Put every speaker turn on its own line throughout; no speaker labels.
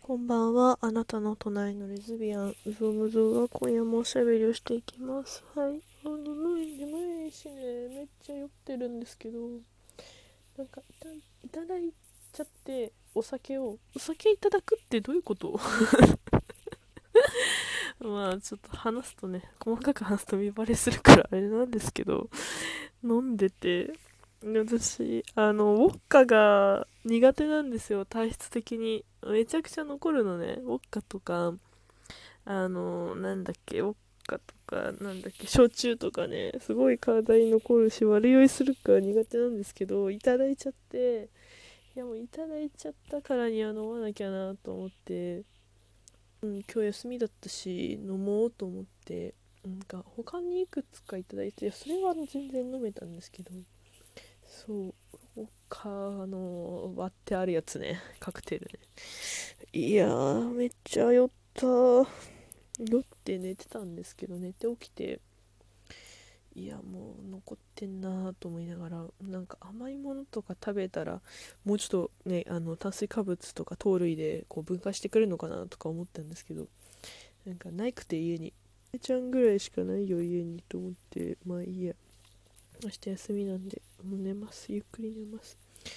こんばんは。あなたの隣のレズビアン、うぞむぞが今夜もおしゃべりをしていきます。はい。眠いしね、めっちゃ酔ってるんですけど、なんかいただいちゃって、お酒いただくってどういうこと？まあ、ちょっと話すとね、細かく話すと見バレするからあれなんですけど、飲んでて、私、ウォッカが苦手なんですよ、体質的に。めちゃくちゃ残るのね、ウォッカとか、なんだっけ、ウォッカとか、なんだっけ、焼酎とかね、すごい体に残るし、悪酔いするから苦手なんですけど、いただいちゃって、いやもういただいちゃったからには飲まなきゃなと思って、今日休みだったし、飲もうと思って、なんか他にいくつかいただいて、それは全然飲めたんですけど、そう、ウォッカ割ってあるやつね、カクテルね。いやー、めっちゃ酔ったー。酔って寝てたんですけど、寝て起きて、いやもう残ってんなーと思いながら、なんか甘いものとか食べたらもうちょっとね、炭水化物とか糖類でこう分解してくれるのかなとか思ったんですけど、なんかないくて、家に姉ちゃんぐらいしかないよ家にと思って、まあいいや、明日休みなんでもう寝ます、ゆっくり寝ます。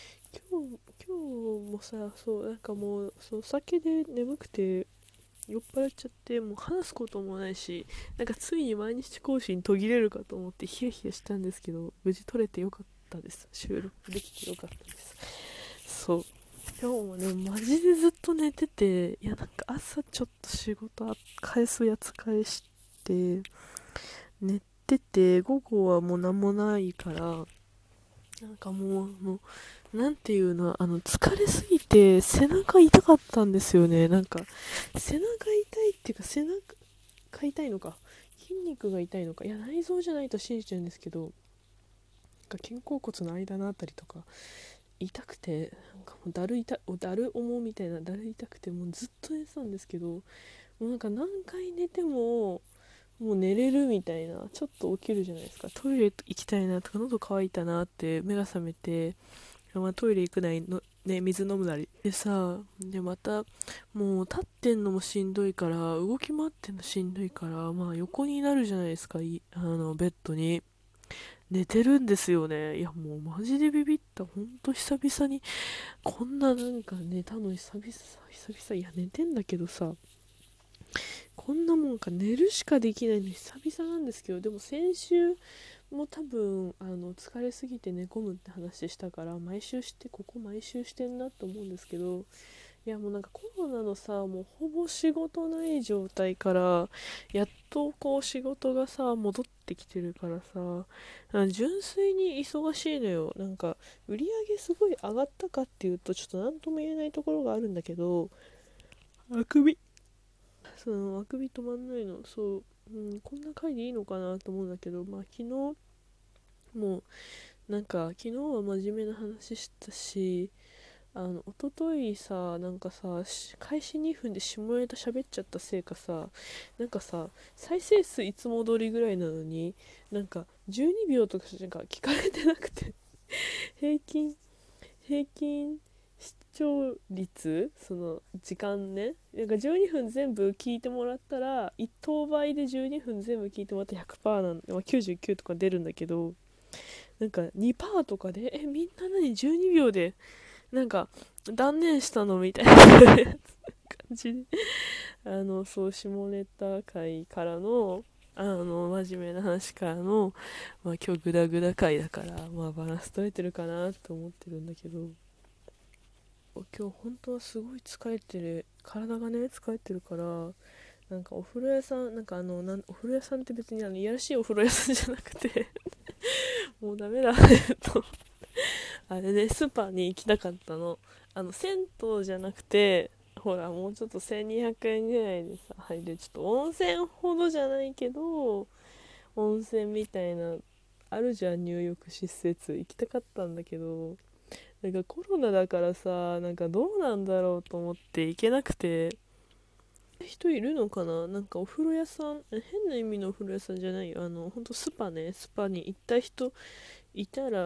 今日もさ、そうなんかもうそう、酒で眠くて酔っ払っちゃって、もう話すこともないし、なんかついに毎日更新途切れるかと思ってヒヤヒヤしたんですけど、無事撮れてよかったです。収録できてよかったです。そう、今日もねマジでずっと寝てて、いやなんか朝ちょっと仕事返すやつ返して寝てて、午後はもう何もないから、なんかもうなんていうの、疲れすぎて背中痛かったんですよね。なんか背中痛いっていうか、背中痛いのか、筋肉が痛いのか、いや内臓じゃないと信じちゃうんですけど、なんか肩甲骨の間のあたりとか痛くて、なんかもうだる重みたいな、だる痛くて、もうずっと寝てたんですけど、もうなんか何回寝てももう寝れるみたいな、ちょっと起きるじゃないですか、トイレ行きたいなとか、喉乾いたなって目が覚めて、まあ、トイレ行くなりの、ね、水飲むなりでさ、でまたもう立ってんのもしんどいから、動き回ってんのしんどいから、まあ横になるじゃないですか、ベッドに寝てるんですよね。いやもうマジでビビった。ほんと久々にこんななんか寝たの久々。いや寝てんだけどさ、こんなもんか、寝るしかできないの久々なんですけど、でも先週も多分疲れすぎて寝込むって話したから、ここ毎週してんなと思うんですけど、いやもうなんかコロナのさ、もうほぼ仕事ない状態から、やっとこう仕事がさ戻ってきてるからさ、純粋に忙しいのよ。なんか売り上げすごい上がったかっていうとちょっと何とも言えないところがあるんだけど、あくびあくび止まんないの。そう、こんな回でいいのかなと思うんだけど、まあ昨日もなんか昨日は真面目な話したし、一昨日さ、なんかさ、開始2分で下ネタ喋っちゃったせいかさ、なんかさ、再生数いつも通りぐらいなのに、なんか12秒とかしか聞かれてなくて、平均、平均視聴率、その時間ね、なんか12分全部聞いてもらったら、1等倍で12分全部聞いてもらったら100%なんで、まあ、99とか出るんだけど、なんか2%とかで、みんな何12秒でなんか断念したのみたいな感じで、そう、下ネタ会からの真面目な話からの、まあ今日グダグダ会だから、まあバランス取れてるかなと思ってるんだけど、今日本当はすごい疲れてる、体がね疲れてるから、なんかお風呂屋さん、なんかお風呂屋さんって別にいやらしいお風呂屋さんじゃなくてもうダメだあれね、スーパーに行きたかったの。銭湯じゃなくて、ほら、もうちょっと1200円ぐらいでさ、入る、ちょっと温泉ほどじゃないけど、温泉みたいな、あるじゃん、入浴施設。行きたかったんだけど、なんかコロナだからさ、なんかどうなんだろうと思って行けなくて、人いるのかな、なんかお風呂屋さん、変な意味のお風呂屋さんじゃないよ。ほんとスパね、スパに行った人いたら、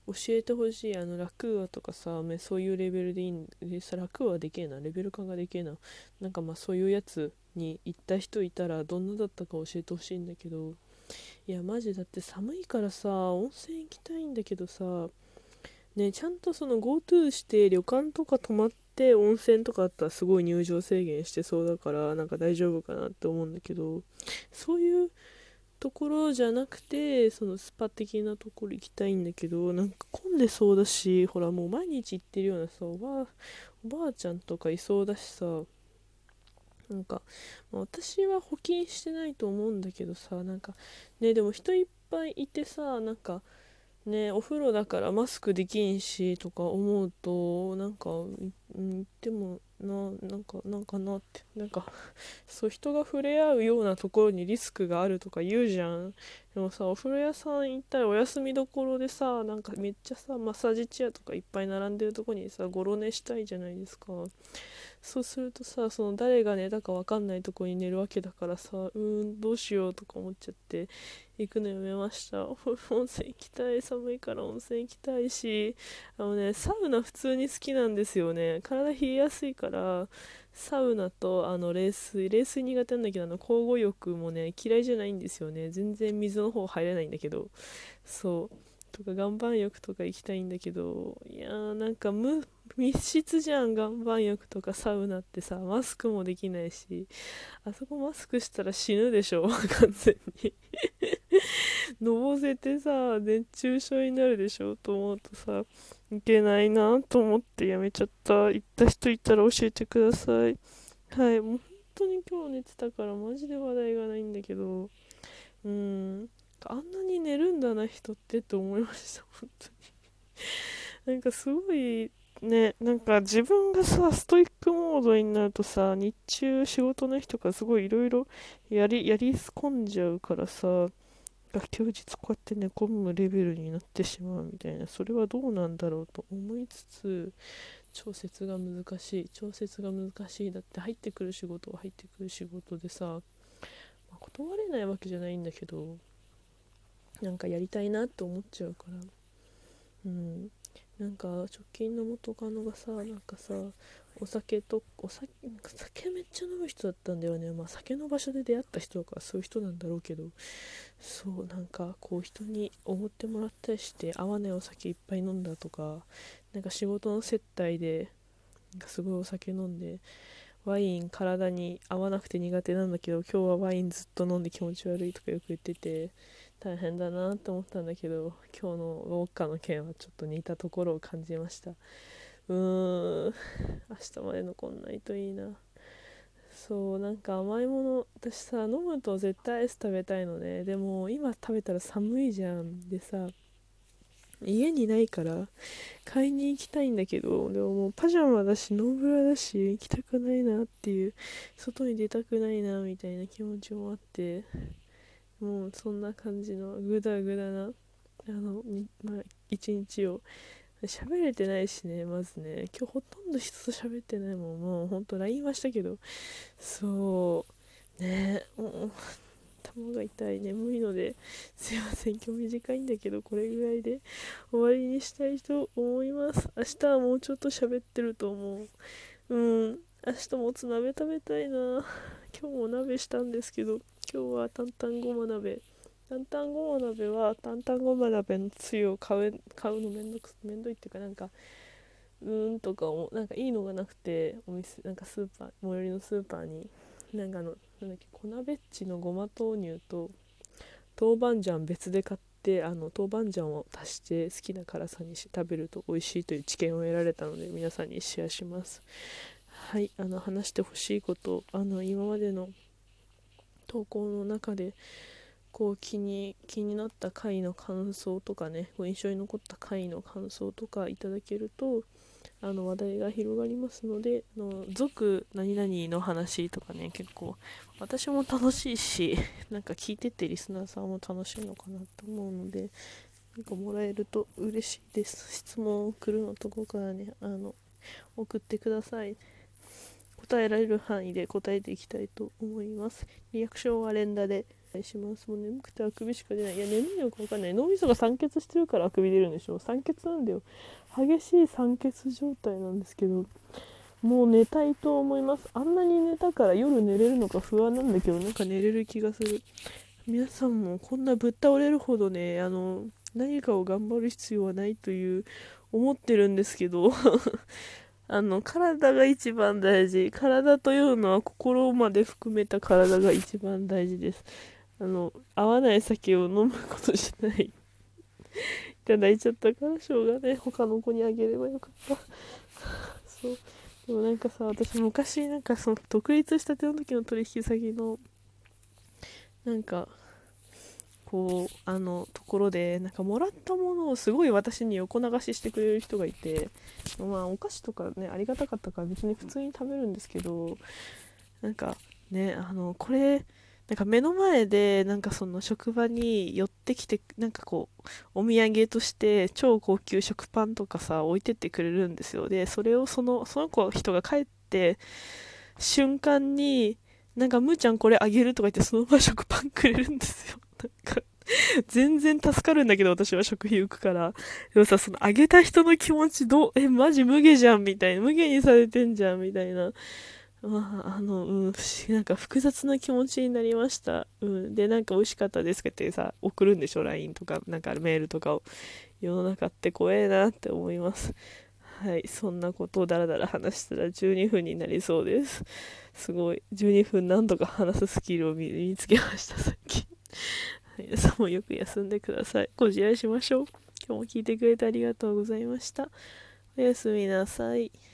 教えてほしい。ラクーアとかさ、そういうレベルでいいんでさ、ラクーアでけえな、レベル感がでけえな。なんかそういうやつに行った人いたらどんなだったか教えてほしいんだけど、いやマジだって寒いからさ、温泉行きたいんだけどさ、ね、ちゃんとその GoTo して旅館とか泊まって温泉とかあったらすごい入場制限してそうだから、なんか大丈夫かなって思うんだけど、そういうところじゃなくて、そのスパ的なところ行きたいんだけど、なんか混んでそうだし、ほらもう毎日行ってるようなさ、おばあちゃんとかいそうだしさ、なんか、私は補金してないと思うんだけどさ、なんかね、でも人いっぱいいてさ、なんかね、お風呂だからマスクできんしとか思うと、なんか、でもなんかなって、なんかそう、人が触れ合うようなところにリスクがあるとか言うじゃん。でもさ、お風呂屋さん行ったらお休みどころでさ、なんかめっちゃさ、マッサージチェアとかいっぱい並んでるとこにさ、ゴロ寝したいじゃないですか。そうするとさ、その誰が寝たか分かんないとこに寝るわけだからさ、どうしようとか思っちゃって行くのやめました。温泉行きたい、寒いから温泉行きたいし、サウナ普通に好きなんですよね。体冷えやすいから、サウナと冷水苦手なんだけど、交互浴もね嫌いじゃないんですよね。全然水の方入れないんだけど、そうとか岩盤浴とか行きたいんだけど、いやーなんか密室じゃん。岩盤浴とかサウナってさ、マスクもできないし、あそこマスクしたら死ぬでしょ完全に。のぼせてさ、熱中症になるでしょと思うとさ、いけないなと思ってやめちゃった。行った人いたら教えてください。はい、もう本当に今日寝てたからマジで話題がないんだけど、あんなに寝るんだな人ってと思いました本当に。なんかすごいね、なんか自分がさストイックモードになるとさ、日中仕事の日とかすごいいろいろやり込んじゃうからさ、休日こうやって寝込むレベルになってしまうみたいな、それはどうなんだろうと思いつつ、調節が難しい。だって入ってくる仕事は入ってくる仕事でさ、断れないわけじゃないんだけど、なんかやりたいなって思っちゃうから。なんか直近の元カノがさ、なんかさ、酒めっちゃ飲む人だったんだよね。酒の場所で出会った人とかそういう人なんだろうけど、そうなんかこう人におごってもらったりして合わないお酒いっぱい飲んだとか、なんか仕事の接待でなんかすごいお酒飲んで、ワイン体に合わなくて苦手なんだけど今日はワインずっと飲んで気持ち悪いとかよく言ってて、大変だなと思ったんだけど、今日のウォッカの件はちょっと似たところを感じました。明日まで残んないといいな。そう、なんか甘いもの、私さ飲むと絶対アイス食べたいのね。でも今食べたら寒いじゃん。でさ、家にないから買いに行きたいんだけど、でももうパジャマだしノーブラだし行きたくないなっていう、外に出たくないなみたいな気持ちもあって、もうそんな感じのグダグダな一日を喋れてないしね。まずね、今日ほとんど人と喋ってないもん。もうほんと LINE はしたけど、そうね、もう頭が痛い、眠いので、すいません、今日短いんだけどこれぐらいで終わりにしたいと思います。明日はもうちょっと喋ってると思う。明日もつ鍋食べたいな。今日も鍋したんですけど、今日は担々ごま鍋。担々ごま鍋は担々ごま鍋のつゆを買うのめんどいっていうか、なんかとかもなんかいいのがなくて、お店なんかスーパー最寄りのスーパーになんかなんだっけ、粉ベッチのごま豆乳と豆板醤別で買って、豆板醤を足して好きな辛さにし食べると美味しいという知見を得られたので皆さんにシェアします。はい、話してほしいこと、今までの投稿の中でこう気になった回の感想とかね、印象に残った回の感想とかいただけると話題が広がりますので、続何々の話とかね、結構私も楽しいし、なんか聞いててリスナーさんも楽しいのかなと思うので、なんかもらえると嬉しいです。質問を送るのとこからね、送ってください。答えられる範囲で答えていきたいと思います。リアクションは連打でします。もう眠くてあくびしか出ない。いや、眠いのか分かんない。脳みそが酸欠してるからあくび出るんでしょ。酸欠なんだよ。激しい酸欠状態なんですけど、もう寝たいと思います。あんなに寝たから夜寝れるのか不安なんだけど、なんか寝れる気がする。皆さんもこんなぶっ倒れるほどね、何かを頑張る必要はないという思ってるんですけど体が一番大事。体というのは心まで含めた体が一番大事です。合わない酒を飲むことしない。いただいちゃったからしょうがない。他の子にあげればよかった。そう。でもなんかさ、私昔なんかその独立したての時の取引先のなんかところでなんかもらったものをすごい私に横流ししてくれる人がいて、まあお菓子とかねありがたかったから別に普通に食べるんですけど、なんかねこれなんか目の前でなんかその職場に寄ってきてなんかお土産として超高級食パンとかさ置いてってくれるんですよ。でそれをその人が帰って瞬間になんかむーちゃんこれあげるとか言ってその場食パンくれるんですよ。なんか全然助かるんだけど私は食費浮くから。でもさ、そのあげた人の気持ちマジ無下じゃんみたいな。無下にされてんじゃんみたいな。まあ、なんか複雑な気持ちになりました。うん。で、なんか美味しかったですってさ、送るんでしょ ?LINE とか、なんかメールとかを。世の中って怖えなって思います。はい。そんなことをだらだら話したら12分になりそうです。すごい。12分何とか話すスキルを身につけました、最近。皆さんもよく休んでください。ご自愛しましょう。今日も聞いてくれてありがとうございました。おやすみなさい。